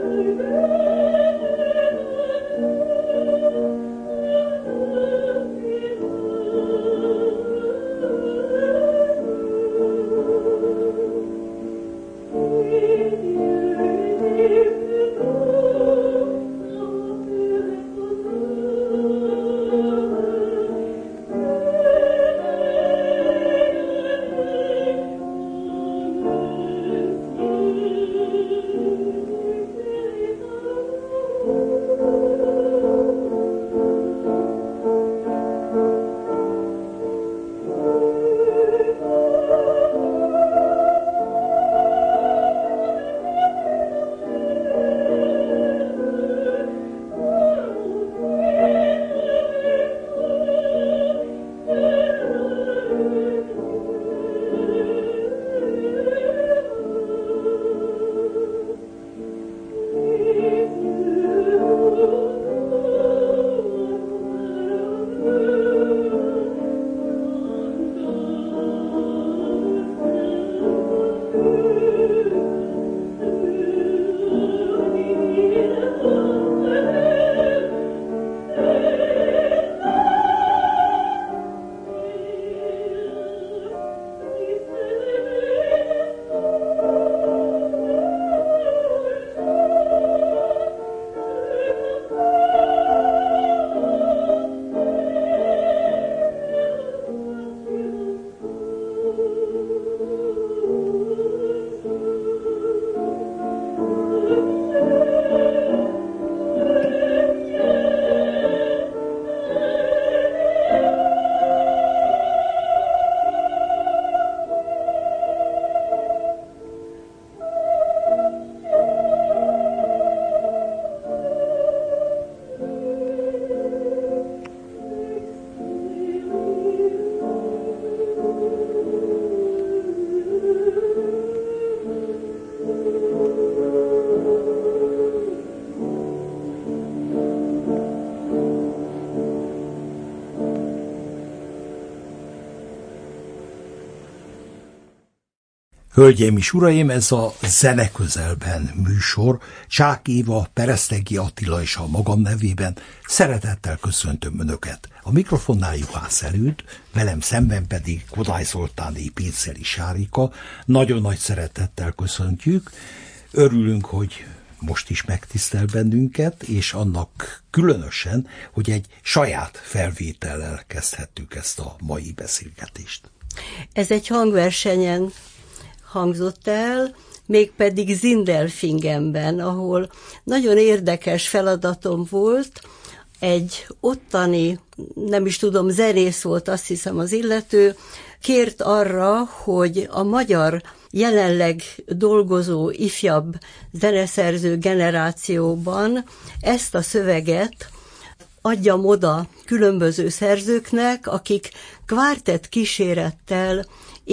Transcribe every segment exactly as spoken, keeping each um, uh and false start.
Hölgyeim és uraim, ez a Zene Közelben műsor. Csák Éva, Peresztegi Attila és a magam nevében szeretettel köszöntöm Önöket. A mikrofonnál Juhász Előd, velem szemben pedig Kodály Zoltáné Péceli Sárika. Nagyon nagy szeretettel köszöntjük. Örülünk, hogy most is megtisztel bennünket, és annak különösen, hogy egy saját felvétellel kezdhettük ezt a mai beszélgetést. Ez egy hangversenyen hangzott el, mégpedig Sindelfingenben, ahol nagyon érdekes feladatom volt. Egy ottani, nem is tudom, zenész volt, azt hiszem az illető, kért arra, hogy a magyar jelenleg dolgozó ifjabb zeneszerző generációban ezt a szöveget adjam oda különböző szerzőknek, akik kvártett kísérettel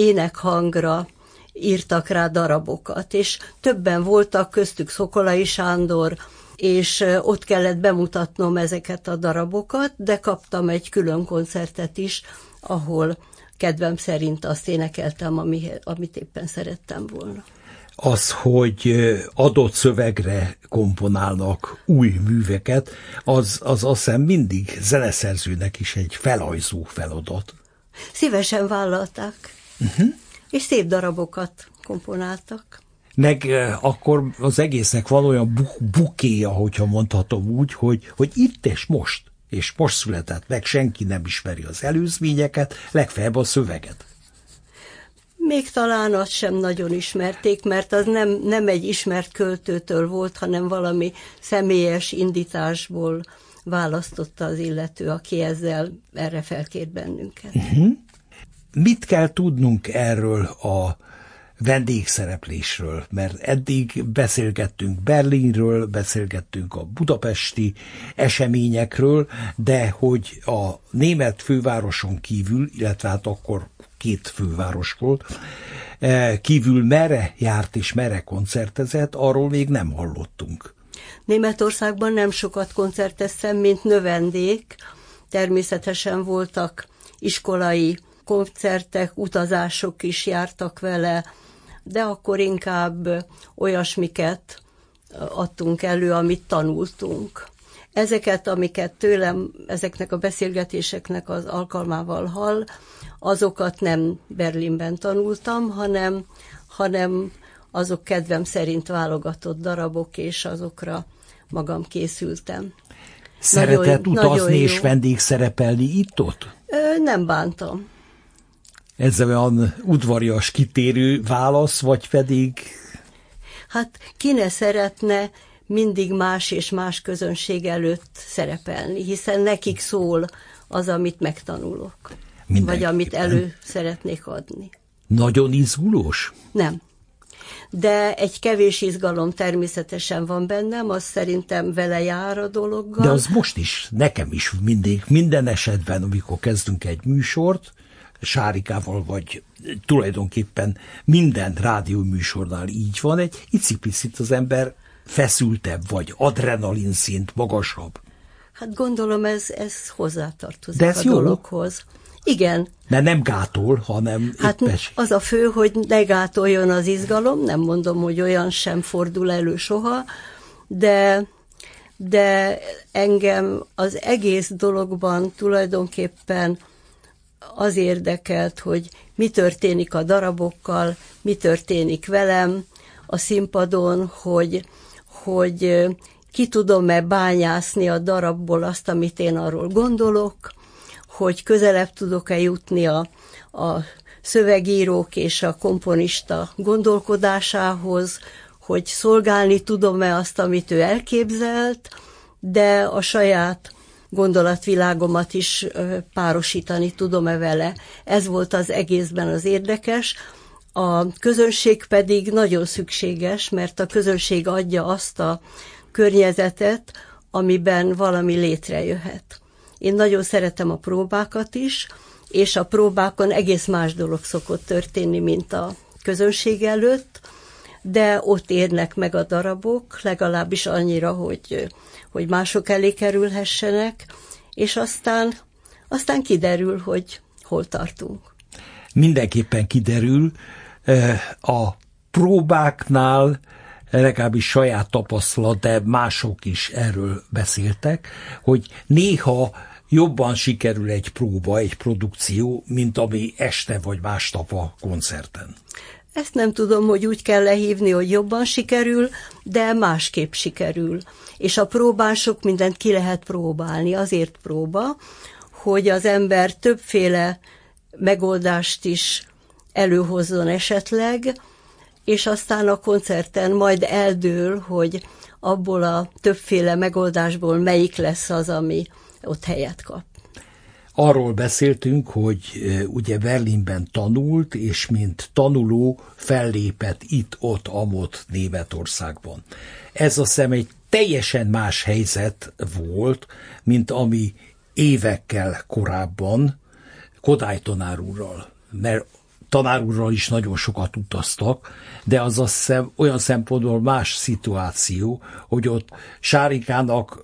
énekhangra írtak rá darabokat, és többen voltak, köztük Szokolai Sándor, és ott kellett bemutatnom ezeket a darabokat, de kaptam egy külön koncertet is, ahol kedvem szerint azt énekeltem, amit éppen szerettem volna. Az, hogy adott szövegre komponálnak új műveket, az, az azt hiszem mindig zeneszerzőnek is egy felajzó feladat. Szívesen vállalták, uh-huh. és szép darabokat komponáltak. Meg eh, akkor az egésznek van olyan bu- bukéja, hogyha mondhatom úgy, hogy, hogy itt és most, és most született meg, senki nem ismeri az előzményeket, legfeljebb a szöveget. Még talán azt sem nagyon ismerték, mert az nem, nem egy ismert költőtől volt, hanem valami személyes indításból választotta az illető, aki ezzel erre felkért bennünket. Uh-huh. Mit kell tudnunk erről a vendégszereplésről? Mert eddig beszélgettünk Berlinről, beszélgettünk a budapesti eseményekről, de hogy a német fővároson kívül, illetve hát akkor két főváros volt, kívül merre járt és merre koncertezett, arról még nem hallottunk. Németországban nem sokat koncerteztem, mint növendék. Természetesen voltak iskolai koncertek, utazások is jártak vele, de akkor inkább olyasmiket, adtunk elő, amit tanultunk. Ezeket, amiket tőlem, ezeknek a beszélgetéseknek az alkalmával hall, azokat nem Berlinben tanultam, hanem, hanem azok kedvem szerint válogatott darabok, és azokra magam készültem. Szeretett nagyon, utazni nagyon és vendégszerepelni itt-ott? Ö, nem bántam. Ez olyan udvarias kitérő válasz, vagy pedig... Hát ki ne szeretne mindig más és más közönség előtt szerepelni, hiszen nekik szól az, amit megtanulok. Vagy amit elő szeretnék adni. Nagyon izgulós? Nem. De egy kevés izgalom természetesen van bennem, az szerintem vele jár a dologgal. De az most is, nekem is mindig, minden esetben, amikor kezdünk egy műsort, Sárikával, vagy tulajdonképpen minden rádióműsornál így van, egy icipicit az ember feszültebb, vagy adrenalin szint magasabb. Hát gondolom ez, ez hozzátartozik De ez a jó. dologhoz. Igen. De nem gátol, hanem hát éppes. Az a fő, hogy ne gátoljon az izgalom, nem mondom, hogy olyan sem fordul elő soha, de, de engem az egész dologban tulajdonképpen az érdekelt, hogy mi történik a darabokkal, mi történik velem a színpadon, hogy, hogy ki tudom-e bányászni a darabból azt, amit én arról gondolok, hogy közelebb tudok-e jutni a, a szövegírók és a komponista gondolkodásához, hogy szolgálni tudom-e azt, amit ő elképzelt, de a saját gondolatvilágomat is párosítani tudom-e vele. Ez volt az egészben az érdekes. A közönség pedig nagyon szükséges, mert a közönség adja azt a környezetet, amiben valami létrejöhet. Én nagyon szeretem a próbákat is, és a próbákon egész más dolog szokott történni, mint a közönség előtt, de ott érnek meg a darabok, legalábbis annyira, hogy, hogy mások elé kerülhessenek, és aztán, aztán kiderül, hogy hol tartunk. Mindenképpen kiderül. A próbáknál legalábbis saját tapasztalat, de mások is erről beszéltek, hogy néha jobban sikerül egy próba, egy produkció, mint ami este vagy másnap a koncerten. Ezt nem tudom, hogy úgy kell lehívni, hogy jobban sikerül, de másképp sikerül. És a próbán sok mindent ki lehet próbálni, azért próba, hogy az ember többféle megoldást is előhozzon esetleg, és aztán a koncerten majd eldől, hogy abból a többféle megoldásból melyik lesz az, ami ott helyet kap. Arról beszéltünk, hogy ugye Berlinben tanult, és mint tanuló fellépett itt-ott, amott Németországban. Ez azt hiszem egy teljesen más helyzet volt, mint ami évekkel korábban Kodály tanár úrral, mert tanár úrral is nagyon sokat utaztak, de az azt hiszem olyan szempontból más szituáció, hogy ott Sárikának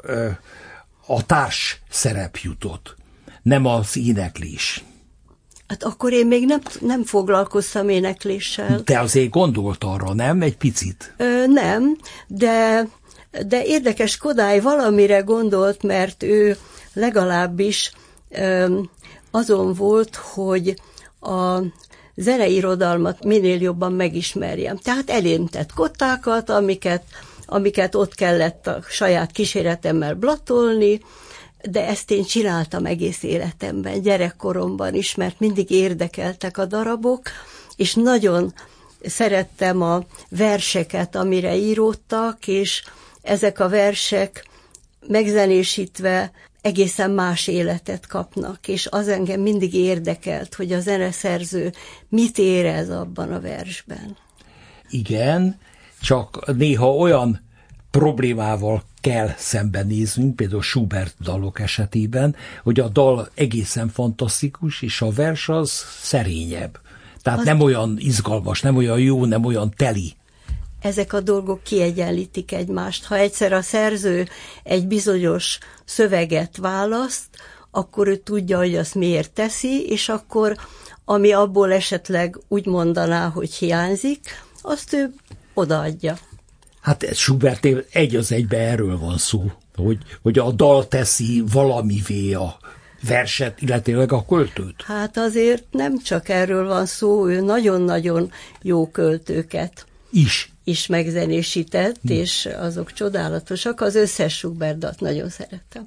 a társ szerep jutott, nem az éneklés. Hát akkor én még nem, nem foglalkoztam énekléssel. Te azért gondolt arra, nem? Egy picit? Ö, nem, de, de érdekes, Kodály valamire gondolt, mert ő legalábbis ö, azon volt, hogy a zeneirodalmat minél jobban megismerjem. Tehát elém tett kottákat, amiket, amiket ott kellett a saját kíséretemmel blatolni, de ezt én csináltam egész életemben, gyerekkoromban is, mert mindig érdekeltek a darabok, és nagyon szerettem a verseket, amire íródtak, és ezek a versek megzenésítve egészen más életet kapnak, és az engem mindig érdekelt, hogy a zeneszerző mit érez abban a versben. Igen, csak néha olyan problémával kell szembenéznünk, például Schubert dalok esetében, hogy a dal egészen fantasztikus, és a vers az szerényebb. Tehát az nem olyan izgalmas, nem olyan jó, nem olyan teli. Ezek a dolgok kiegyenlítik egymást. Ha egyszer a szerző egy bizonyos szöveget választ, akkor ő tudja, hogy azt miért teszi, és akkor, ami abból esetleg úgy mondaná, hogy hiányzik, azt ő odaadja. Hát Schubert egy az egybe erről van szó, hogy, hogy a dal teszi valamivé a verset, illetőleg a költőt. Hát azért nem csak erről van szó, ő nagyon-nagyon jó költőket is, is megzenésített, hm. és azok csodálatosak. Az összes Schubert dalt nagyon szerettem.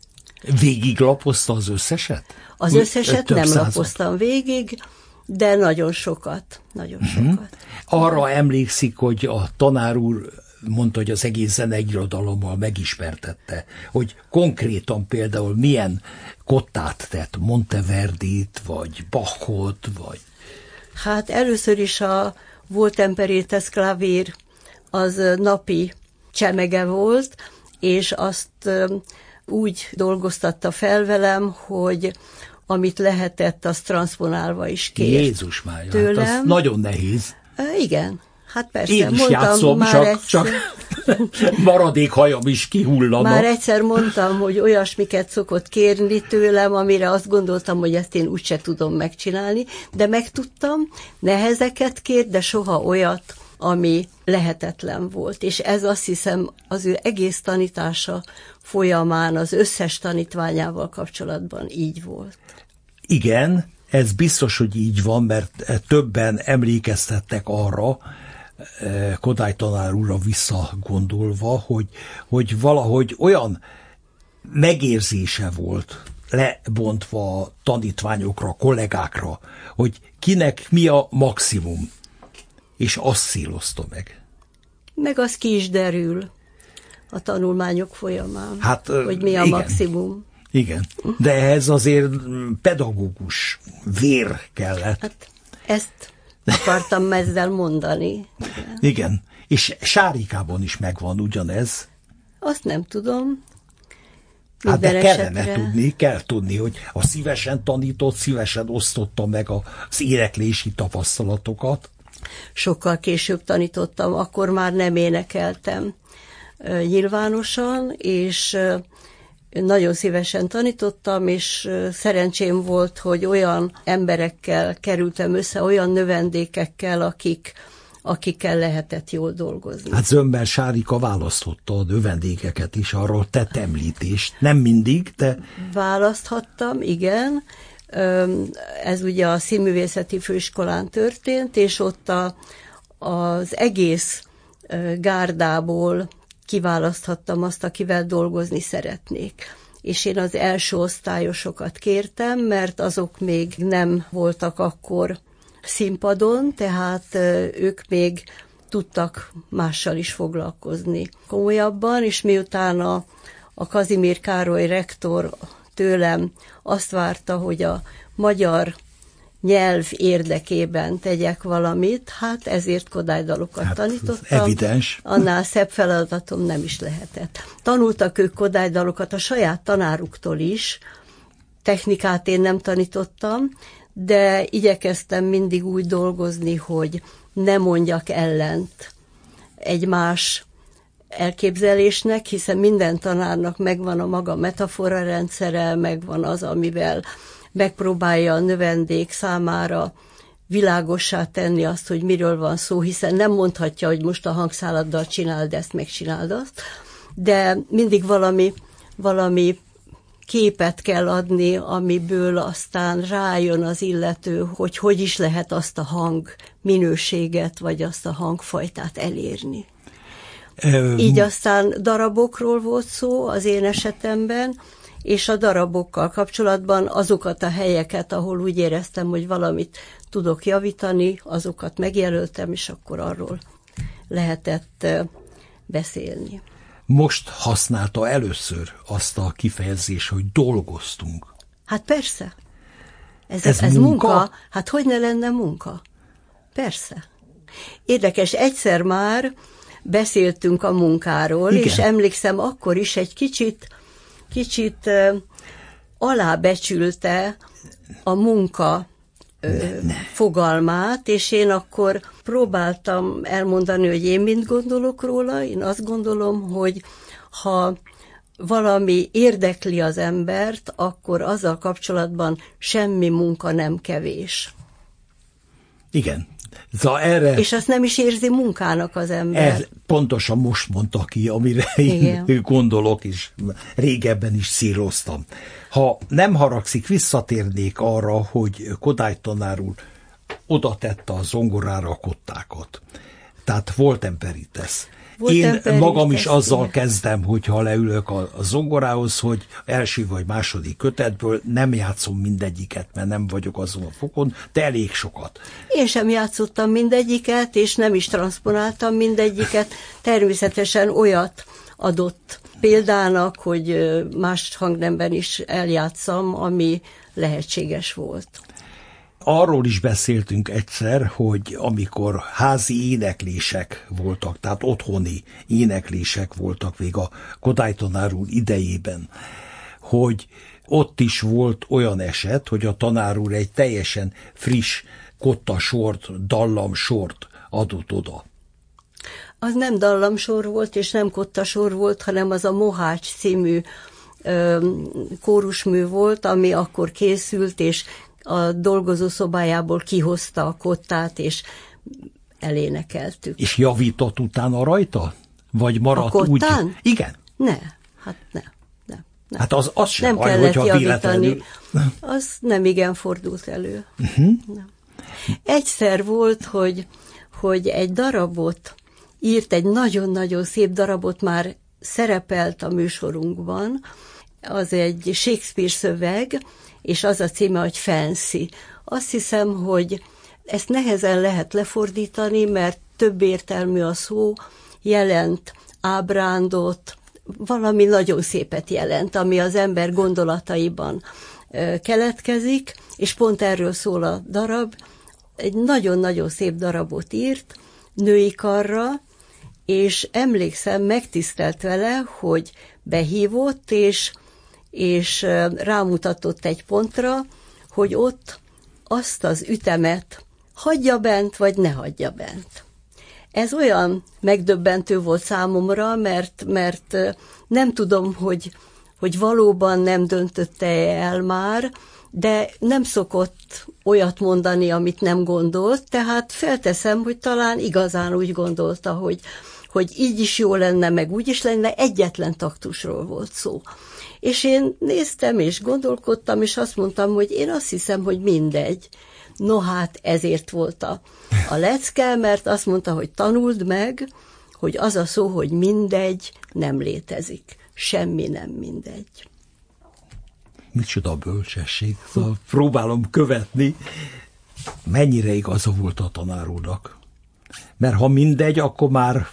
Végig lapozta az összeset? Az összeset nem század. lapoztam végig, de nagyon sokat, nagyon uh-huh. sokat. Arra emlékszik, hogy a tanár úr mondta, hogy az egész zeneirodalommal megismertette, hogy konkrétan például milyen kottát tett, Monteverdit, vagy Bachot, vagy... Hát először is a Wohltemperierte Klavír az napi csemege volt, és azt úgy dolgoztatta fel velem, hogy amit lehetett, azt transzponálva is kért. Jézus mája, hát az nagyon nehéz. E, igen, hát persze. Én is mondtam, játszom, már csak, egyszer, csak maradék hajam is kihullana. Már egyszer mondtam, hogy olyasmiket szokott kérni tőlem, amire azt gondoltam, hogy ezt én úgyse tudom megcsinálni, de megtudtam, nehezeket kért, de soha olyat, ami lehetetlen volt. És ez azt hiszem az ő egész tanítása folyamán az összes tanítványával kapcsolatban így volt. Igen, ez biztos, hogy így van, mert többen emlékeztettek arra, Kodály tanár úrra visszagondolva, hogy, hogy valahogy olyan megérzése volt lebontva a tanítványokra, kollégákra, hogy kinek mi a maximum, és azt szélozta meg. Meg az ki is derül a tanulmányok folyamán, hát, hogy mi a igen. maximum. Igen, de ehhez azért pedagógus vér kellett. Hát ezt akartam ezzel mondani. Igen. Igen, és Sárikában is megvan ugyanez. Azt nem tudom. Hát de kellene esetre... tudni, kell tudni, hogy a szívesen tanított, szívesen osztotta meg az éneklési tapasztalatokat. Sokkal később tanítottam, akkor már nem énekeltem nyilvánosan, és nagyon szívesen tanítottam, és szerencsém volt, hogy olyan emberekkel kerültem össze, olyan növendékekkel, akik, akikkel lehetett jól dolgozni. Hát Zömmel Sárika választotta a növendékeket is, arról tett említést. Nem mindig, de... Választhattam, igen. Ez ugye a Színművészeti Főiskolán történt, és ott a, az egész gárdából kiválaszthattam azt, akivel dolgozni szeretnék. És én az első osztályosokat kértem, mert azok még nem voltak akkor színpadon, tehát ők még tudtak mással is foglalkozni komolyabban, és miután a, a Kazimír Károly rektor tőlem azt várta, hogy a magyar nyelv érdekében tegyek valamit, hát ezért kodálydalokat hát, tanítottam. Evidens. Annál szebb feladatom nem is lehetett. Tanultak ők kodálydalokat a saját tanáruktól is, technikát én nem tanítottam, de igyekeztem mindig úgy dolgozni, hogy ne mondjak ellent egy más elképzelésnek, hiszen minden tanárnak megvan a maga metafora rendszere, megvan az, amivel megpróbálja a növendék számára világossá tenni azt, hogy miről van szó, hiszen nem mondhatja, hogy most a hangszáladdal csináld ezt, megcsináld azt, de mindig valami, valami képet kell adni, amiből aztán rájön az illető, hogy hogy is lehet azt a hang minőséget, vagy azt a hangfajtát elérni. Um. Így aztán darabokról volt szó az én esetemben, és a darabokkal kapcsolatban azokat a helyeket, ahol úgy éreztem, hogy valamit tudok javítani, azokat megjelöltem, és akkor arról lehetett beszélni. Most használta először azt a kifejezést, hogy dolgoztunk. Hát persze. Ez, ez, ez munka? munka? Hát hogy ne lenne munka? Persze. Érdekes, egyszer már beszéltünk a munkáról, igen. És emlékszem, akkor is egy kicsit Kicsit uh, alábecsülte a munka uh, ne, ne. fogalmát, és én akkor próbáltam elmondani, hogy én mit gondolok róla. Én azt gondolom, hogy ha valami érdekli az embert, akkor azzal kapcsolatban semmi munka nem kevés. Igen, Szóval erre, és azt nem is érzi munkának az ember. Ez pontosan most mondta ki, amire Igen. én gondolok, és régebben is szíroztam. Ha nem haragszik, visszatérnék arra, hogy Kodály tanár úr oda tette a zongorára a kottákat. Tehát volt emperites. Volt Én emperites, magam is azzal igen. kezdem, hogyha leülök a, a zongorához, hogy első vagy második kötetből nem játszom mindegyiket, mert nem vagyok azon a fokon, de elég sokat. Én sem játszottam mindegyiket, és nem is transponáltam mindegyiket. Természetesen olyat adott példának, hogy más hangnemben is eljátszam, ami lehetséges volt. Arról is beszéltünk egyszer, hogy amikor házi éneklések voltak, tehát otthoni éneklések voltak még a Kodály tanár úr idejében, hogy ott is volt olyan eset, hogy a tanár úr egy teljesen friss kottasort, dallamsort adott oda. Az nem dallamsor volt, és nem kottasor volt, hanem az a Mohács című ö, kórusmű volt, ami akkor készült, és a dolgozószobájából kihozta a kottát, és elénekeltük. És javított utána rajta? Vagy maradt A úgy? kottán? Igen. Ne, hát ne. ne, ne. Hát az, az sem nem baj, kellett hogyha javítani. véletlenül. Az nem igen fordult elő. Uh-huh. Nem. Egyszer volt, hogy, hogy egy darabot írt, egy nagyon-nagyon szép darabot, már szerepelt a műsorunkban, az egy Shakespeare szöveg, és az a címe, hogy Fancy. Azt hiszem, hogy ezt nehezen lehet lefordítani, mert több értelmű a szó, jelent ábrándot, valami nagyon szépet jelent, ami az ember gondolataiban keletkezik, és pont erről szól a darab. Egy nagyon-nagyon szép darabot írt, női karra, és emlékszem, megtisztelt vele, hogy behívott, és és rámutatott egy pontra, hogy ott azt az ütemet hagyja bent, vagy ne hagyja bent. Ez olyan megdöbbentő volt számomra, mert, mert nem tudom, hogy, hogy valóban nem döntötte el már, de nem szokott olyat mondani, amit nem gondolt, tehát felteszem, hogy talán igazán úgy gondolta, hogy, hogy így is jó lenne, meg úgy is lenne, egyetlen taktusról volt szó. És én néztem, és gondolkodtam, és azt mondtam, hogy én azt hiszem, hogy mindegy. No hát ezért volt a, a lecke, mert azt mondta, hogy tanuld meg, hogy az a szó, hogy mindegy, nem létezik. Semmi nem mindegy. Micsoda bölcsesség. Szóval próbálom követni, mennyire igaza volt a tanár úrnak. Mert ha mindegy, akkor már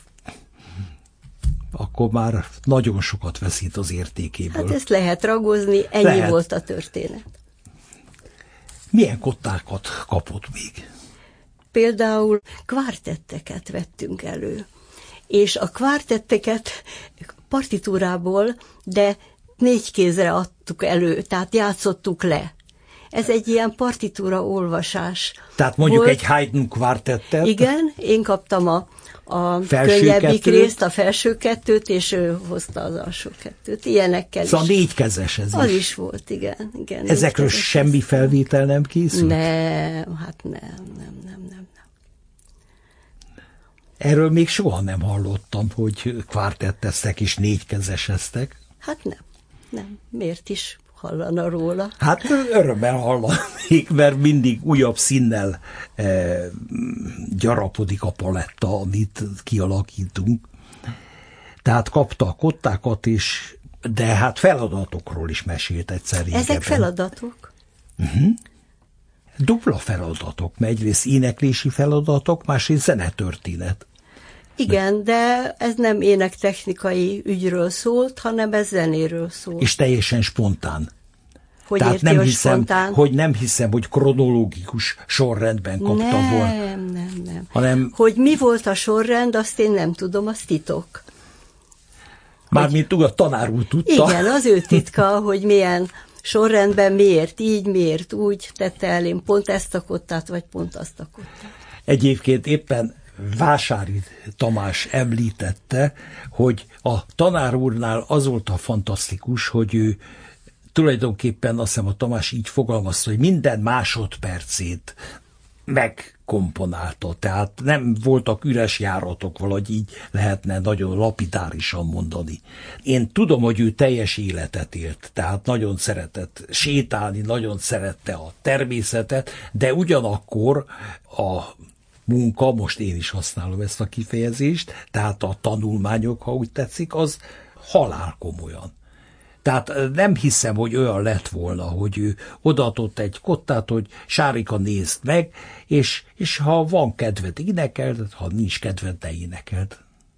akkor már nagyon sokat veszít az értékéből. Hát ezt lehet ragozni, ennyi lehet. Volt a történet. Milyen kottákat kapott még? Például kvártetteket vettünk elő, és a kvártetteket partitúrából, de négy kézre adtuk elő, tehát játszottuk le. Ez egy ilyen partitúra olvasás. Tehát mondjuk volt. Egy Haydn kvártettet? Igen, én kaptam a a felső könnyebbik kettőt. részt, a felső kettőt, és ő hozta az alsó kettőt. Ilyenekkel szóval is. négykezes ez Az is. is volt, igen. igen Ezekről semmi ez felvétel nem készült? Nem, hát nem, nem, nem, nem. nem. Erről még soha nem hallottam, hogy kvártetteztek és négykezeseztek. Hát nem, nem. Miért is hallana róla? Hát örömmel hallanék, mert mindig újabb színnel e, gyarapodik a paletta, amit kialakítunk. Tehát kapta a kottákat is, de hát feladatokról is mesélt egyszer régebben. Ezek feladatok? Uh-huh. Dupla feladatok, mert egyrészt éneklési feladatok, másrészt zenetörténet. Igen, de ez nem énektechnikai ügyről szólt, hanem ez zenéről szólt. És teljesen spontán. Hogy Tehát érti, nem hogy hiszem, spontán? hogy nem hiszem, hogy kronológikus sorrendben kapta nem, volna. Nem, nem, nem. Hanem, hogy mi volt a sorrend, azt én nem tudom, az titok. mármint hogy... a tanár úr tudta. Igen, az ő titka, hogy milyen sorrendben, miért így, miért úgy tette el, én pont ezt a kottát, vagy pont azt a kottát. Egyébként éppen Vásári Tamás említette, hogy a tanár úrnál az volt a fantasztikus, hogy ő tulajdonképpen azt hiszem a Tamás így fogalmazta, hogy minden másodpercét megkomponálta. Tehát nem voltak üres járatok, valahogy így lehetne nagyon lapidárisan mondani. Én tudom, hogy ő teljes életet élt, tehát nagyon szeretett sétálni, nagyon szerette a természetet, de ugyanakkor a munka, most én is használom ezt a kifejezést, tehát a tanulmányok, ha úgy tetszik, az halál komolyan. Tehát nem hiszem, hogy olyan lett volna, hogy ő odaadott egy kottát, hogy Sárika, nézd meg, és, és ha van kedved, énekeld, ha nincs kedved, ne énekeld.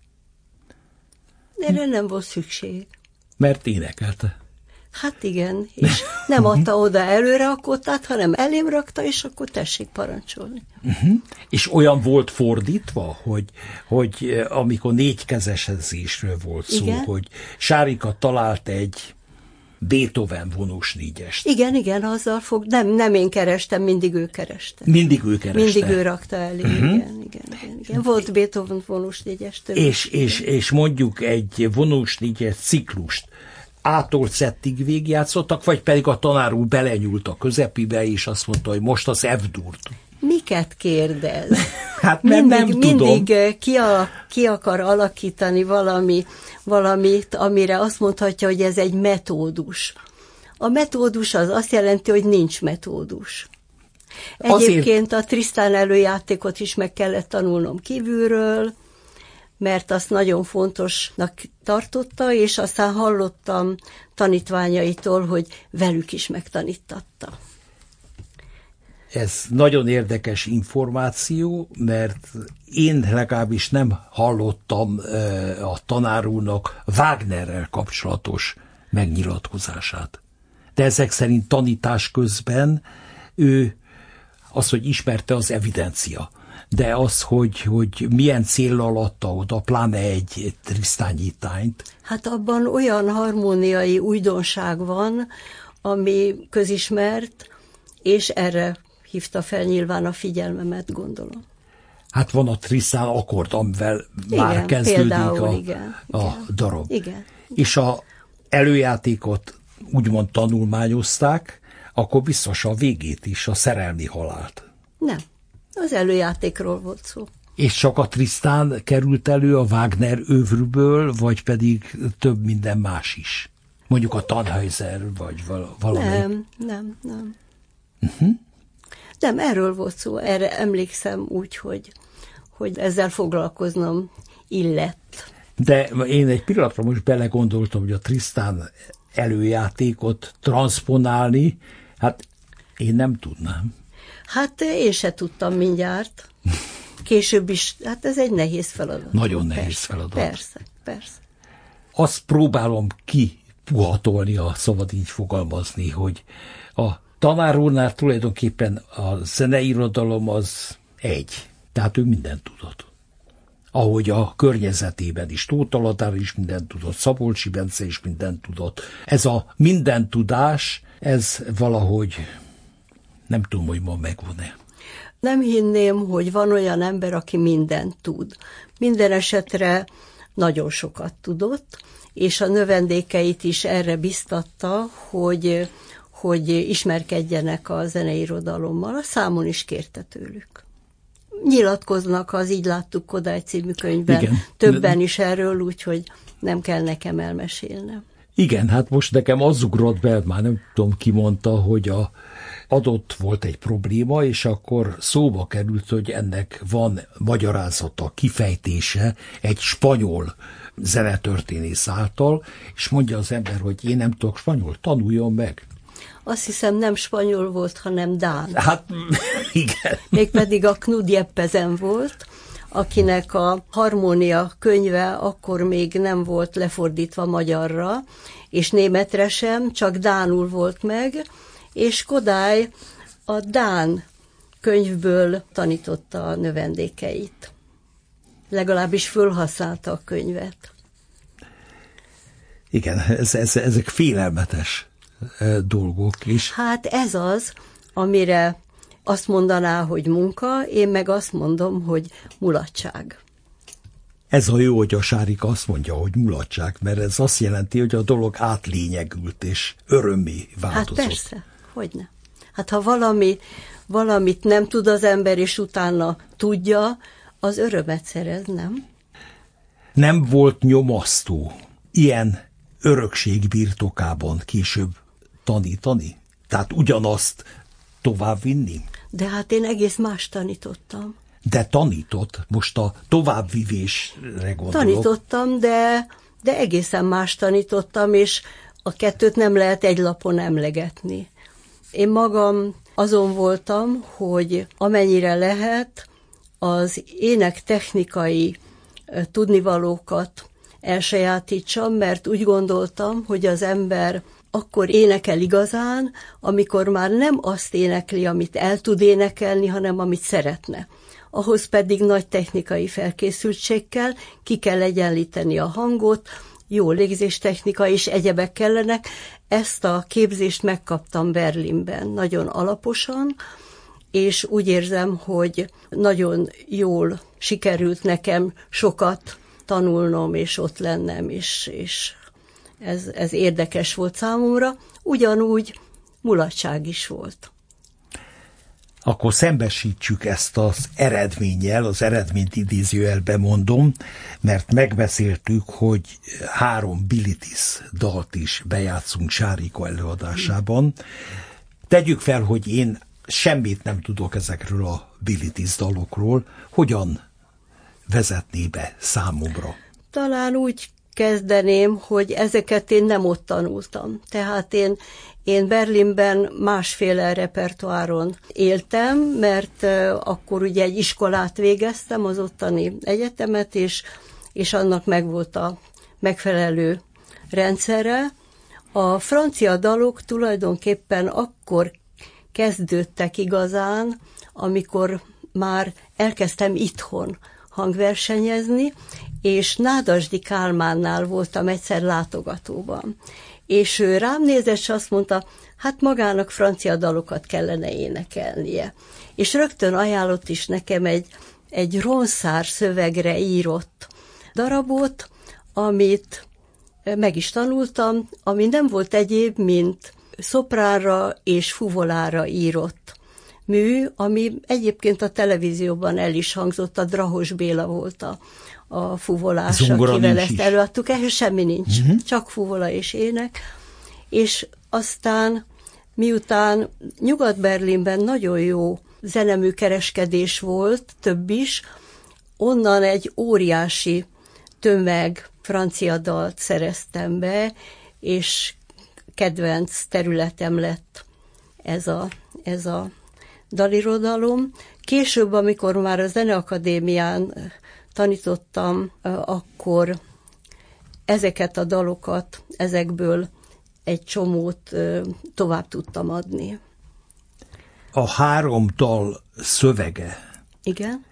Erre nem volt szükség. Mert énekelte. Hát igen, és nem adta oda előre a kottát, hanem elém rakta, és akkor tessék parancsolni. Uh-huh. És olyan volt fordítva, hogy, hogy amikor négykezesezésről volt szó, igen? Hogy Sárika talált egy Beethoven vonós négyest. Igen, igen, azzal fog, nem, nem én kerestem, mindig ő kereste. Mindig ő kereste. Mindig ő rakta elé, uh-huh. igen, igen, igen, igen. Volt Beethoven vonós négyes. És, és, és mondjuk egy vonós négyes ciklust A-tól Z-ig végigjátszottak, vagy pedig a tanár úr belenyúlt a közepébe, és azt mondta, hogy most az F-durt. Miket kérdez? Hát nem, mindig, nem tudom. Mindig ki, a, ki akar alakítani valami, valamit, amire azt mondhatja, hogy ez egy metódus. A metódus az azt jelenti, hogy nincs metódus. Egyébként Azért... a Tristan előjátékot is meg kellett tanulnom kívülről, mert azt nagyon fontosnak tartotta, és aztán hallottam tanítványaitól, hogy velük is megtanítatta. Ez nagyon érdekes információ, mert én legalábbis nem hallottam a tanár úrnak Wagnerrel kapcsolatos megnyilatkozását. De ezek szerint tanítás közben ő az, hogy ismerte, az evidencia. De az, hogy, hogy milyen céllal adta oda, pláne egy, egy Tristan nyitányt. Hát abban olyan harmóniai újdonság van, ami közismert, és erre hívta fel nyilván a figyelmemet, gondolom. Hát van a Tristan akkord, amivel igen, már kezdődik például, a, igen, a igen, darab. Igen. És a előjátékot úgymond tanulmányozták, akkor biztos a végét is, a szerelmi halált. Nem. Az előjátékról volt szó. És csak a Tristan került elő a Wagner övrből, vagy pedig több minden más is? Mondjuk a Tannhäuser, vagy valami? Nem, nem, nem. Uh-huh. Nem, erről volt szó. Erre emlékszem úgy, hogy, hogy ezzel foglalkoznom illett. De én egy pillanatra most belegondoltam, hogy a Tristan előjátékot transponálni, hát én nem tudnám. Hát én se tudtam mindjárt. Később is, hát ez egy nehéz feladat. Nagyon nehéz persze, feladat. Persze, persze. Azt próbálom kipuhatolni, a szabad így fogalmazni, hogy a tanár úrnál tulajdonképpen a zeneirodalom az egy. Tehát ő mindent tudott. Ahogy a környezetében is, Tóth Ladár is mindent tudott, Szabolcsi Bence is mindent tudott. Ez a minden tudás, ez valahogy nem tudom, hogy ma megvan-e. Nem hinném, hogy van olyan ember, aki mindent tud. Minden esetre nagyon sokat tudott, és a növendékeit is erre biztatta, hogy, hogy ismerkedjenek a zeneirodalommal. A számon is kérte tőlük. Nyilatkoznak, az Így láttuk Kodály című könyvben, igen. Többen is erről, úgyhogy nem kell nekem elmesélnem. Igen, hát most nekem az ugrott be, már nem tudom ki mondta, hogy a adott volt egy probléma, és akkor szóba került, hogy ennek van magyarázata, kifejtése egy spanyol zenetörténész által, és mondja az ember, hogy én nem tudok spanyol, tanuljon meg. Azt hiszem nem spanyol volt, hanem dán. Hát igen. Mégpedig a Knud Jeppesen volt, akinek a Harmónia könyve akkor még nem volt lefordítva magyarra, és németre sem, csak dánul volt meg, és Kodály a dán könyvből tanította a növendékeit. Legalábbis fölhasználta a könyvet. Igen, ez, ez, ezek félelmetes dolgok is. Hát ez az, amire azt mondaná, hogy munka, én meg azt mondom, hogy mulatság. Ez a jó, hogy a Sárika azt mondja, hogy mulatság, mert ez azt jelenti, hogy a dolog átlényegült és örömmé változott. Hát persze, hogyne. Hát ha valami, valamit nem tud az ember, és utána tudja, az örömet szerez, nem? Nem volt nyomasztó ilyen örökség birtokában később tanítani? Tehát ugyanazt továbbvinni? De hát én egész más tanítottam. De tanított, most a továbbvivésre gondolok. Tanítottam, de, de egészen más tanítottam, és a kettőt nem lehet egy lapon emlegetni. Én magam azon voltam, hogy amennyire lehet, az énektechnikai tudnivalókat elsajátítsam, mert úgy gondoltam, hogy az ember akkor énekel igazán, amikor már nem azt énekli, amit el tud énekelni, hanem amit szeretne. Ahhoz pedig nagy technikai felkészültség kell, ki kell egyenlíteni a hangot, jó légzéstechnika és egyebek kellenek. Ezt a képzést megkaptam Berlinben nagyon alaposan, és úgy érzem, hogy nagyon jól sikerült nekem sokat tanulnom, és ott lennem, és, és ez, ez érdekes volt számomra. Ugyanúgy mulatság is volt. Akkor szembesítsük ezt az eredménnyel, az eredményt idézőjelbe mondom, mert megbeszéltük, hogy három Bilitis dalt is bejátszunk Sárika előadásában. Tegyük fel, hogy én semmit nem tudok ezekről a Bilitis dalokról. Hogyan vezetné be számomra? Talán úgy kezdeném, hogy ezeket én nem ott tanultam. Tehát én, én Berlinben másféle repertoáron éltem, mert akkor ugye egy iskolát végeztem, az ottani egyetemet, és, és annak megvolt a megfelelő rendszere. A francia dalok tulajdonképpen akkor kezdődtek igazán, amikor már elkezdtem itthon hangversenyezni, és Nádasdy Kálmánnál voltam egyszer látogatóban. És ő rám nézett, és azt mondta, hát magának francia dalokat kellene énekelnie. És rögtön ajánlott is nekem egy, egy Ronsard szövegre írott darabot, amit meg is tanultam, ami nem volt egyéb, mint szopránra és fuvolára írott mű, ami egyébként a televízióban el is hangzott, a Drahos Béla volt a, a fuvolás, akivel ezt előadtuk. Ehhez semmi nincs, uh-huh. csak fuvola és ének. És aztán miután Nyugat-Berlinben nagyon jó zeneműkereskedés volt, több is, onnan egy óriási tömeg francia dalt szereztem be, és kedvenc területem lett ez a, ez a dalirodalom. Később, amikor már a Zeneakadémián tanítottam, akkor ezeket a dalokat, ezekből egy csomót tovább tudtam adni. A három dal szövege. Igen.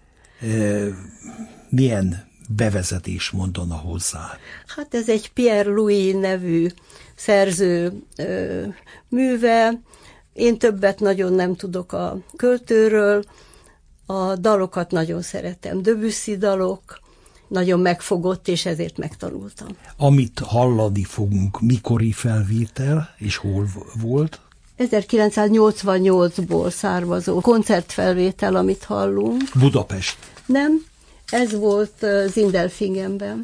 Milyen bevezetés mondana hozzá? Hát ez egy Pierre Louis nevű szerző ö, műve. Én többet nagyon nem tudok a költőről. A dalokat nagyon szeretem. Debussy dalok, nagyon megfogott, és ezért megtanultam. Amit hallani fogunk, mikori felvétel, és hol volt? ezerkilencszáznyolcvannyolcból származó koncertfelvétel, amit hallunk. Budapest. Nem, ez volt Sindelfingenben.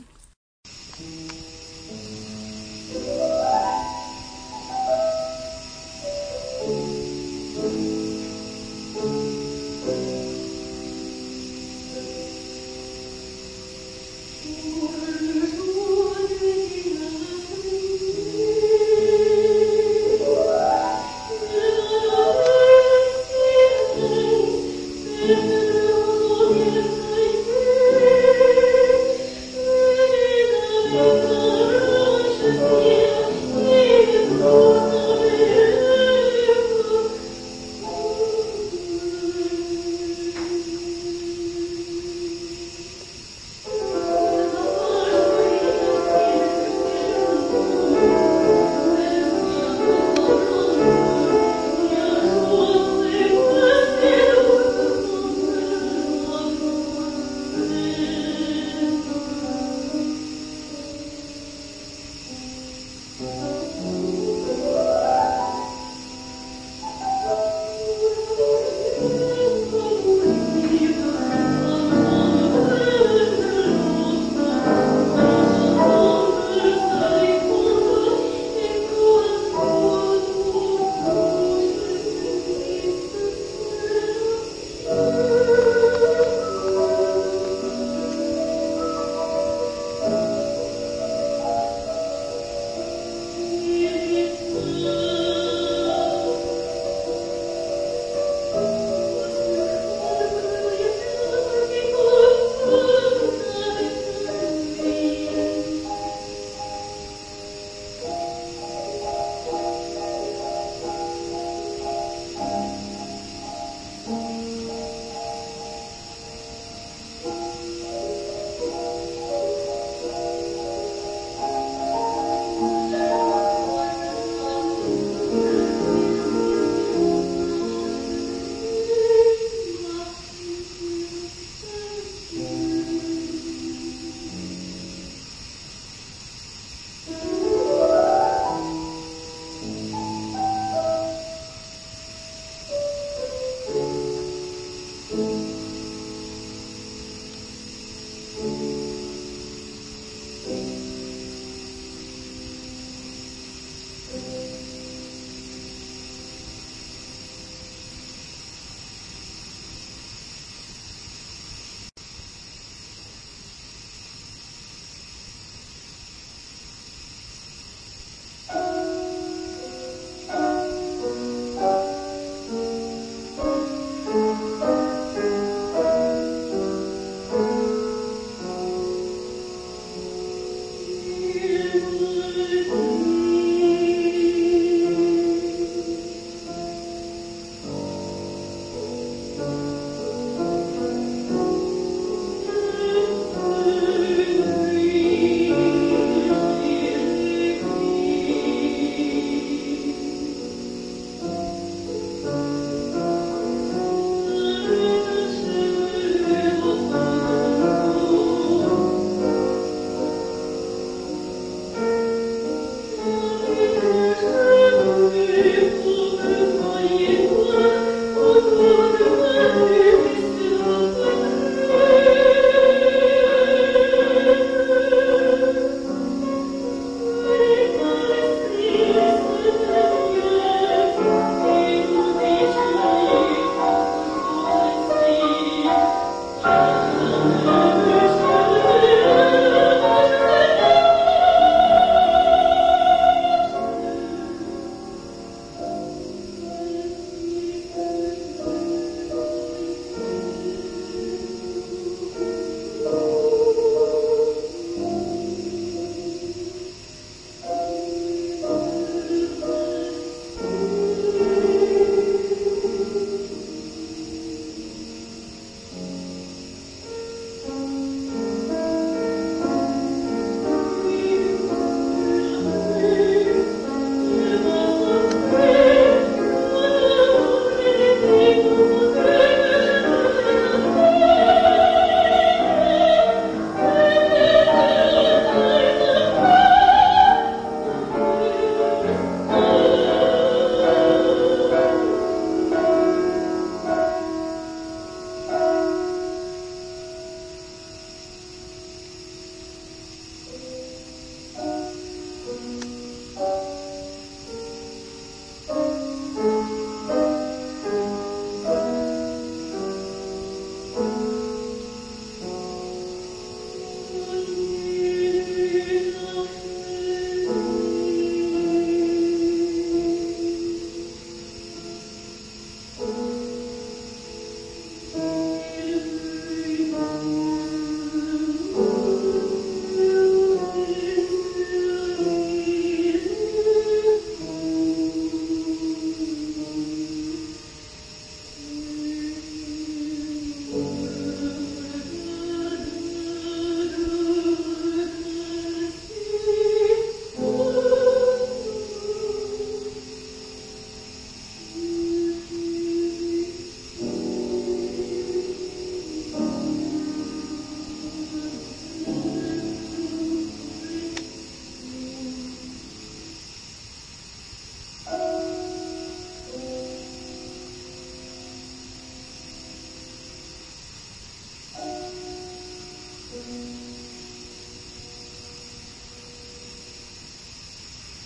Thank you.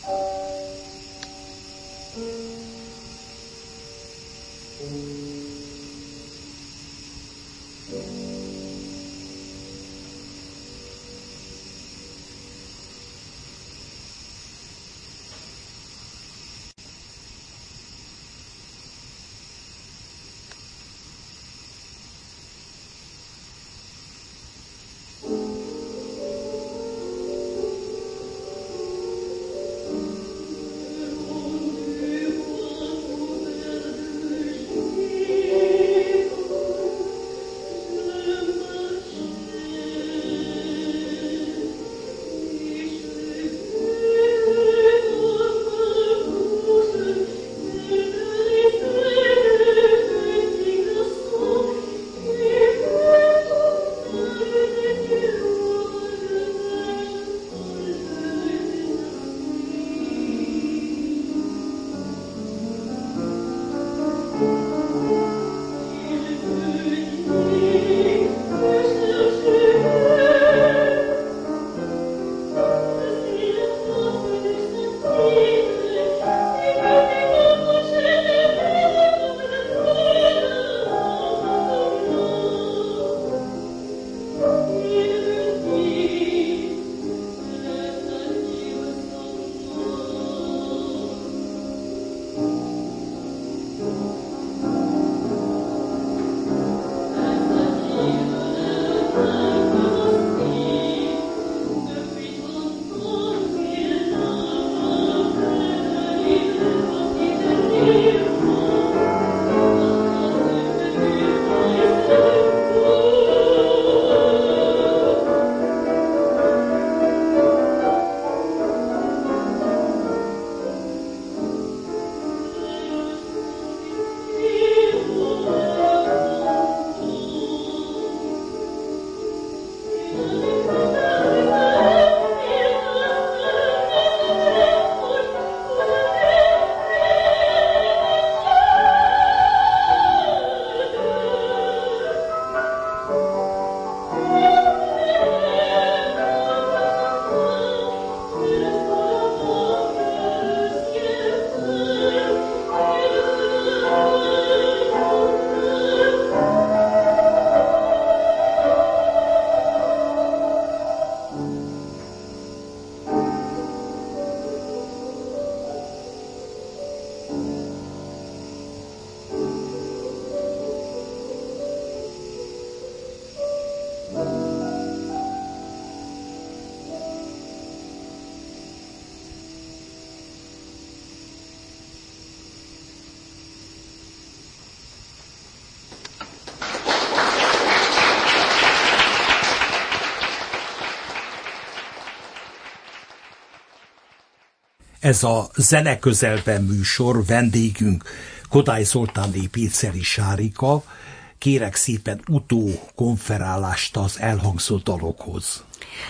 Ez a Zene közelben műsor, vendégünk Kodály Zoltánné Péceli Sárika. Kérek szépen utókonferálást az elhangzott dalokhoz.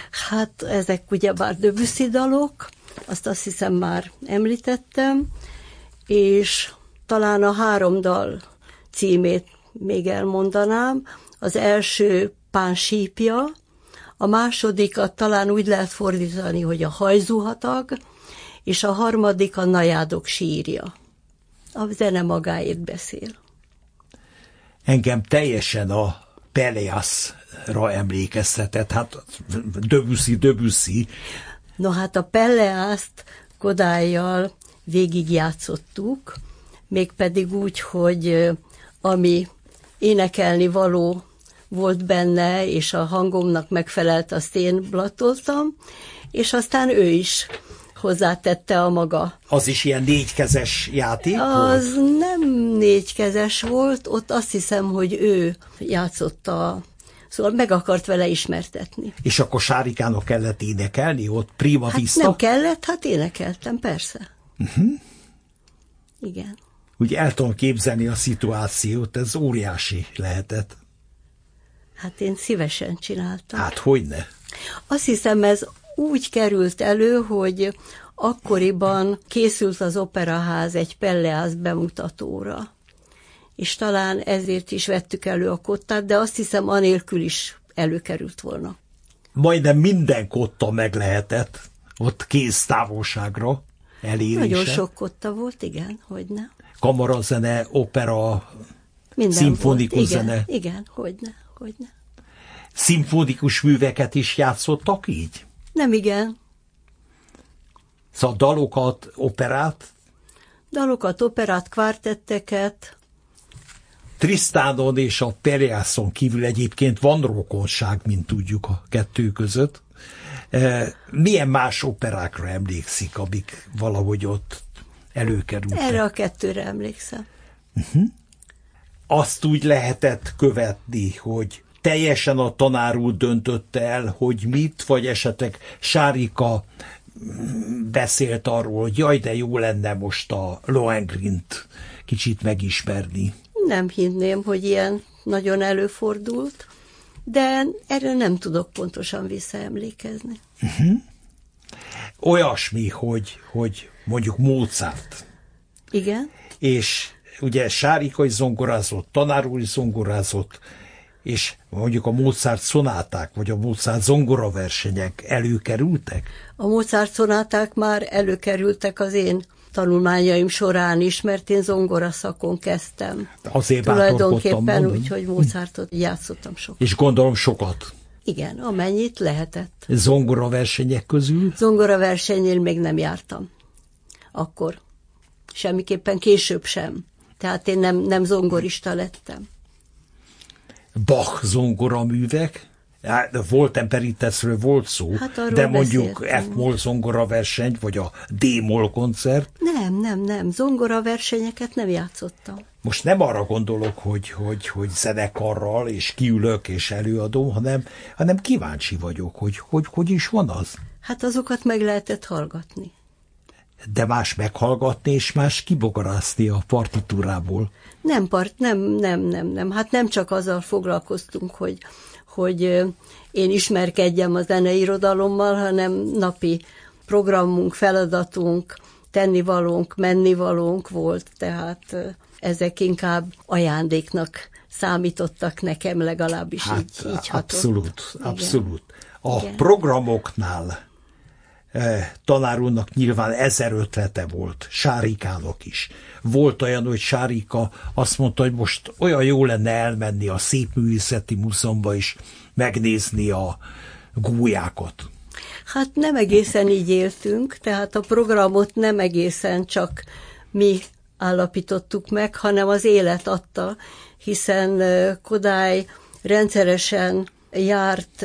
Hát ezek ugyebár Debussy dalok, azt azt hiszem már említettem, és talán a három dal címét még elmondanám. Az első Pán sípja, a másodikat talán úgy lehet fordítani, hogy a hajzuhatag, és a harmadik a Najádok sírja. A zene magáért beszél. Engem teljesen a Pelléas-ra emlékeztetett, hát Debussy, Debussy. No hát a Pelléast Kodállyal végigjátszottuk, mégpedig úgy, hogy ami énekelni való volt benne, és a hangomnak megfelelt, azt én blattoltam, és aztán ő is hozzátette a maga. Az is ilyen négykezes játék Az volt? nem négykezes volt, ott azt hiszem, hogy ő játszotta, szóval meg akart vele ismertetni. És akkor Sárikának kellett énekelni ott prima hát vista? Nem kellett, hát énekeltem, persze. Uh-huh. Igen. Úgy el tudom képzelni a szituációt, ez óriási lehetett. Hát én szívesen csináltam. Hát hogyne? Azt hiszem, ez úgy került elő, hogy akkoriban készült az Operaház egy Pelléas bemutatóra. És talán ezért is vettük elő a kottát, de azt hiszem, anélkül is előkerült volna. Majdnem minden kotta meg lehetett, ott kész távolságra. elérése? Nagyon sok kotta volt, igen, hogyne. Kamarazene, opera, Minden szimfonikus volt. Igen, zene. igen, hogyne, hogyne. Szimfonikus műveket is játszottak így? Nem igen. Szóval dalokat, operát? Dalokat, operát, kvártetteket. Trisztánon és a Periászon kívül egyébként van rokonság, mint tudjuk a kettő között. Milyen más operákra emlékszik, amik valahogy ott előkerültek? Erre a kettőre emlékszem. Uh-huh. Azt úgy lehetett követni, hogy teljesen a tanár úr döntötte el, hogy mit, vagy esetleg Sárika beszélt arról, hogy jaj, de jó lenne most a Lohengrint kicsit megismerni. Nem hinném, hogy ilyen nagyon előfordult, de erre nem tudok pontosan visszaemlékezni. Uh-huh. Olyasmi, hogy, hogy mondjuk Mozart. Igen. És ugye Sárika is zongorázott, tanár úr is zongorázott, és mondjuk a Mozart szonáták, vagy a Mozart zongoraversenyek előkerültek? A Mozart szonáták már előkerültek az én tanulmányaim során is, mert én zongora szakon kezdtem. Azért tulajdonképpen, úgyhogy Mozartot játszottam sokat. És gondolom sokat. Igen, amennyit lehetett. Zongoraversenyek közül? Zongoraversenyén még nem jártam. Akkor. Semmiképpen később sem. Tehát én nem, nem zongorista lettem. Bach zongoraművek? Volt Temperitesről volt szó, hát de mondjuk beszéltem. F-moll zongoraverseny, vagy a D-moll koncert. Nem, nem, nem. Zongoraversenyeket nem játszottam. Most nem arra gondolok, hogy, hogy, hogy zenekarral, és kiülök, és előadom, hanem, hanem kíváncsi vagyok, hogy, hogy hogy is van az. Hát azokat meg lehetett hallgatni. De más meghallgatni, és más kibogarászni a partitúrából. Nem, part, nem, nem, nem, nem. Hát nem csak azzal foglalkoztunk, hogy, hogy én ismerkedjem a zeneirodalommal, hanem napi programunk, feladatunk, tennivalónk, mennivalónk volt, tehát ezek inkább ajándéknak számítottak nekem, legalábbis hát, így, így hatott. Abszolút, abszolút. A Igen. programoknál tanár úrnak nyilván ezer ötlete volt, Sárikának is. Volt olyan, hogy Sárika azt mondta, hogy most olyan jó lenne elmenni a Szépművészeti Múzeumba is, megnézni a gólyákat. Hát nem egészen így éltünk, tehát a programot nem egészen csak mi állapítottuk meg, hanem az élet adta, hiszen Kodály rendszeresen járt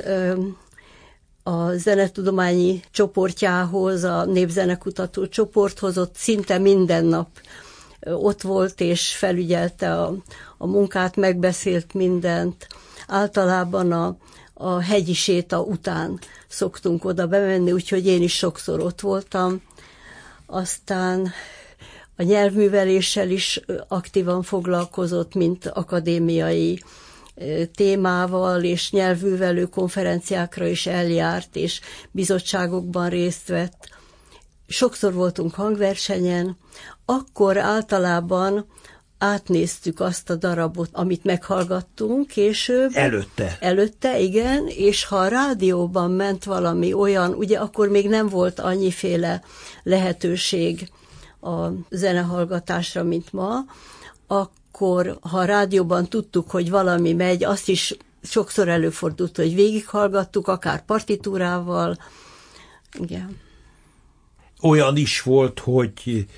a zenetudományi csoportjához, a népzenekutató csoporthoz, ott szinte minden nap ott volt és felügyelte a, a munkát, megbeszélt mindent. Általában a, a hegyi séta után szoktunk oda bemenni, úgyhogy én is sokszor ott voltam. Aztán a nyelvműveléssel is aktívan foglalkozott, mint akadémiai témával, és nyelvművelő konferenciákra is eljárt, és bizottságokban részt vett. Sokszor voltunk hangversenyen, akkor általában átnéztük azt a darabot, amit meghallgattunk később. Előtte. Előtte, igen, és ha a rádióban ment valami olyan, ugye akkor még nem volt annyiféle lehetőség a zenehallgatásra, mint ma, akkor ha a rádióban tudtuk, hogy valami megy, azt is sokszor előfordult, hogy végighallgattuk, akár partitúrával. Igen. Olyan is volt, hogy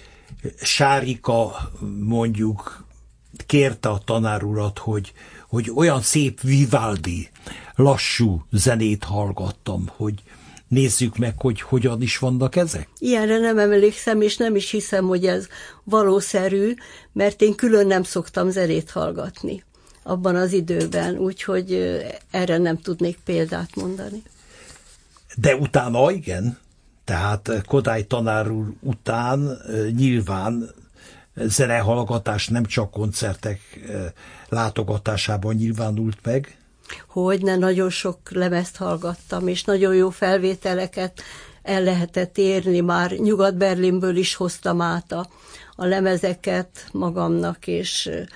Sárika mondjuk kérte a tanár urat, hogy, hogy olyan szép Vivaldi lassú zenét hallgattam, hogy nézzük meg, hogy hogyan is vannak ezek. Ilyenre nem emlékszem, és nem is hiszem, hogy ez valószerű, mert én külön nem szoktam zenét hallgatni abban az időben, úgyhogy erre nem tudnék példát mondani. De utána igen? Tehát Kodály tanár úr után nyilván zenehallgatás nem csak koncertek látogatásában nyilvánult meg? Hogyne, nagyon sok lemezt hallgattam, és nagyon jó felvételeket el lehetett érni, már Nyugat-Berlinből is hoztam át a, a lemezeket magamnak, és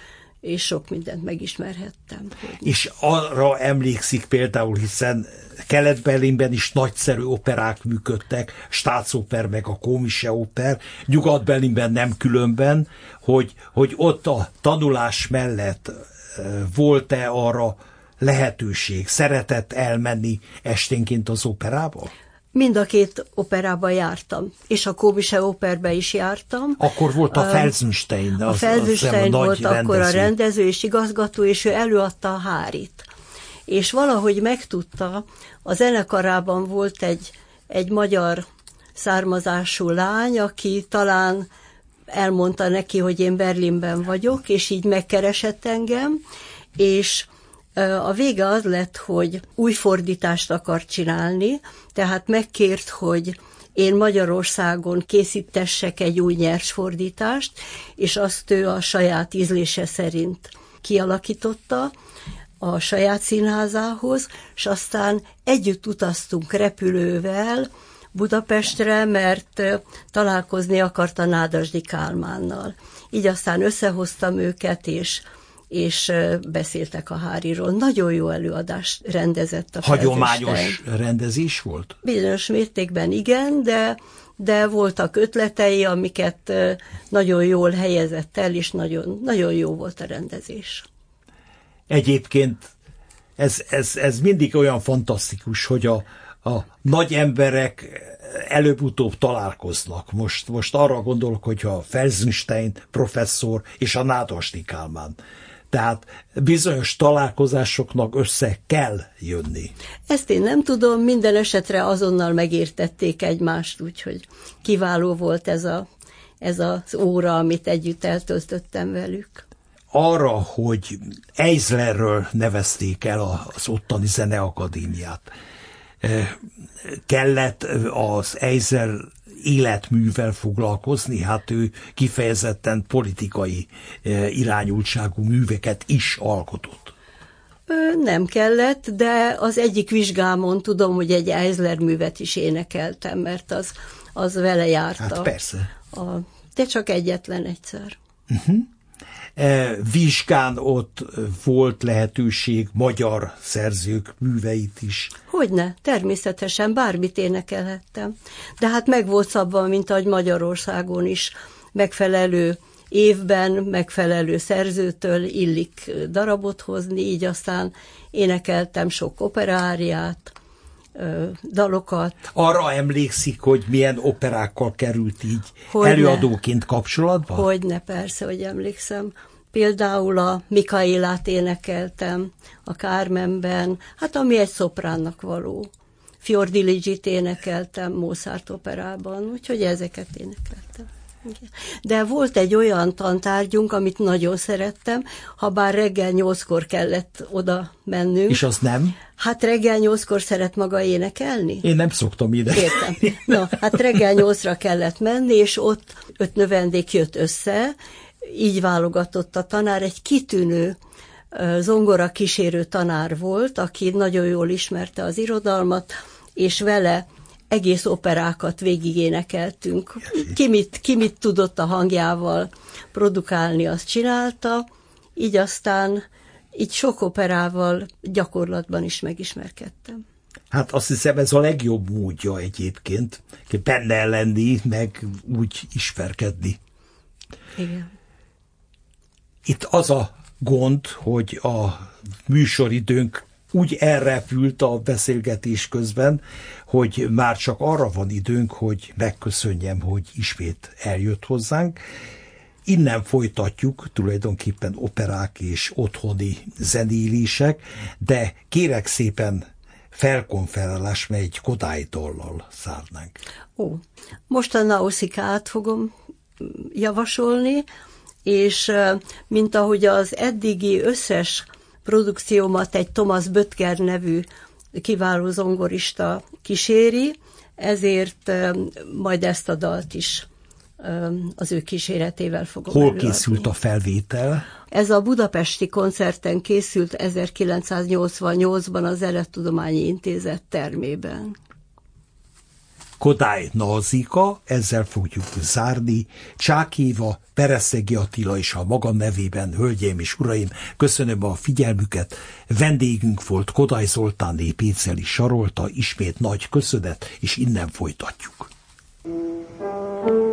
és sok mindent megismerhettem. És arra emlékszik például, hiszen Kelet-Berlinben is nagyszerű operák működtek, Staatsoper meg a Komische Oper, Nyugat-Berlinben nem különben, hogy, hogy ott a tanulás mellett volt-e arra lehetőség, szeretett elmenni esténként az operába? Mind a két operában jártam, és a Komische Operbe is jártam. Akkor volt a Felsenstein. A Felsenstein volt akkor a rendező és igazgató, és ő előadta a Hárit. És valahogy megtudta, a zenekarában volt egy, egy magyar származású lány, aki talán elmondta neki, hogy én Berlinben vagyok, és így megkeresett engem, és a vége az lett, hogy új fordítást akart csinálni, tehát megkért, hogy én Magyarországon készítessek egy új nyersfordítást, és azt ő a saját ízlése szerint kialakította a saját színházához, és aztán együtt utaztunk repülővel Budapestre, mert találkozni akart a Nádasdy Kálmánnal. Így aztán összehoztam őket, és és beszéltek a Háriról. Nagyon jó előadást rendezett a Hagyományos Felsenstein. rendezés volt? Bizonyos mértékben igen, de, de voltak ötletei, amiket nagyon jól helyezett el, és nagyon, nagyon jó volt a rendezés. Egyébként ez, ez, ez mindig olyan fantasztikus, hogy a, a nagy emberek előbb-utóbb találkoznak. Most, most arra gondolok, hogy a Felsenstein professzor és a Nádasdy Kálmán. Tehát bizonyos találkozásoknak össze kell jönni. Ezt én nem tudom, minden esetre azonnal megértették egymást, úgyhogy kiváló volt ez, a, ez az óra, amit együtt eltöltöttem velük. Arra, hogy Eislerről nevezték el az ottani zeneakadémiát, kellett az Eisler életművel foglalkozni, hát ő kifejezetten politikai irányultságú műveket is alkotott. Nem kellett, de az egyik vizsgámon tudom, hogy egy Eisler művet is énekeltem, mert az, az vele járta. Hát persze. A, de csak egyetlen egyszer. Uh-huh. E, vizsgán ott volt lehetőség magyar szerzők műveit is. Hogyne, természetesen bármit énekelhettem. De hát meg volt szabva, mint ahogy Magyarországon is, megfelelő évben, megfelelő szerzőtől illik darabot hozni, így aztán énekeltem sok operáriát, dalokat. Arra emlékszik, hogy milyen operákkal került így Hogyne. előadóként kapcsolatba? Hogyne, persze, hogy emlékszem. Például a Mikaélát énekeltem, a Carmenben, hát ami egy szopránnak való. Fiordiligit énekeltem Mozart operában, úgyhogy ezeket énekeltem. De volt egy olyan tantárgyunk, amit nagyon szerettem, ha bár reggel nyolckor kellett oda mennünk. És az nem? Hát reggel nyolckor szeret maga énekelni? Én nem szoktam ide. Értem. Na, hát reggel nyolcra kellett menni, és ott öt növendék jött össze, így válogatott a tanár, egy kitűnő zongora kísérő tanár volt, aki nagyon jól ismerte az irodalmat, és vele egész operákat végigénekeltünk. Ki mit, ki mit tudott a hangjával produkálni, azt csinálta, így aztán így sok operával gyakorlatban is megismerkedtem. Hát azt hiszem, ez a legjobb módja egyébként, benne lenni, meg úgy ismerkedni. Igen. Itt az a gond, hogy a műsoridőnk úgy elrepült a beszélgetés közben, hogy már csak arra van időnk, hogy megköszönjem, hogy ismét eljött hozzánk. Innen folytatjuk tulajdonképpen operák és otthoni zenélések, de kérek szépen felkonferálás, mely egy Kodály dallal zárnánk. Ó, most a Nausikát fogom javasolni, és mint ahogy az eddigi összes produkciómat egy Thomas Böttger nevű kiváló zongorista kíséri, ezért majd ezt a dalt is az ő kíséretével fogom Hol előadni. készült a felvétel? Ez a budapesti koncerten készült ezerkilencszáznyolcvannyolcban az Zenetudományi Intézet termében. Kodály Nazika, ezzel fogjuk zárni. Csáky Éva, Peresztegi Attila és a magam nevében, hölgyeim és uraim, köszönöm a figyelmüket. Vendégünk volt Kodály Zoltánné Péceli Sarolta, ismét nagy köszönet, és innen folytatjuk.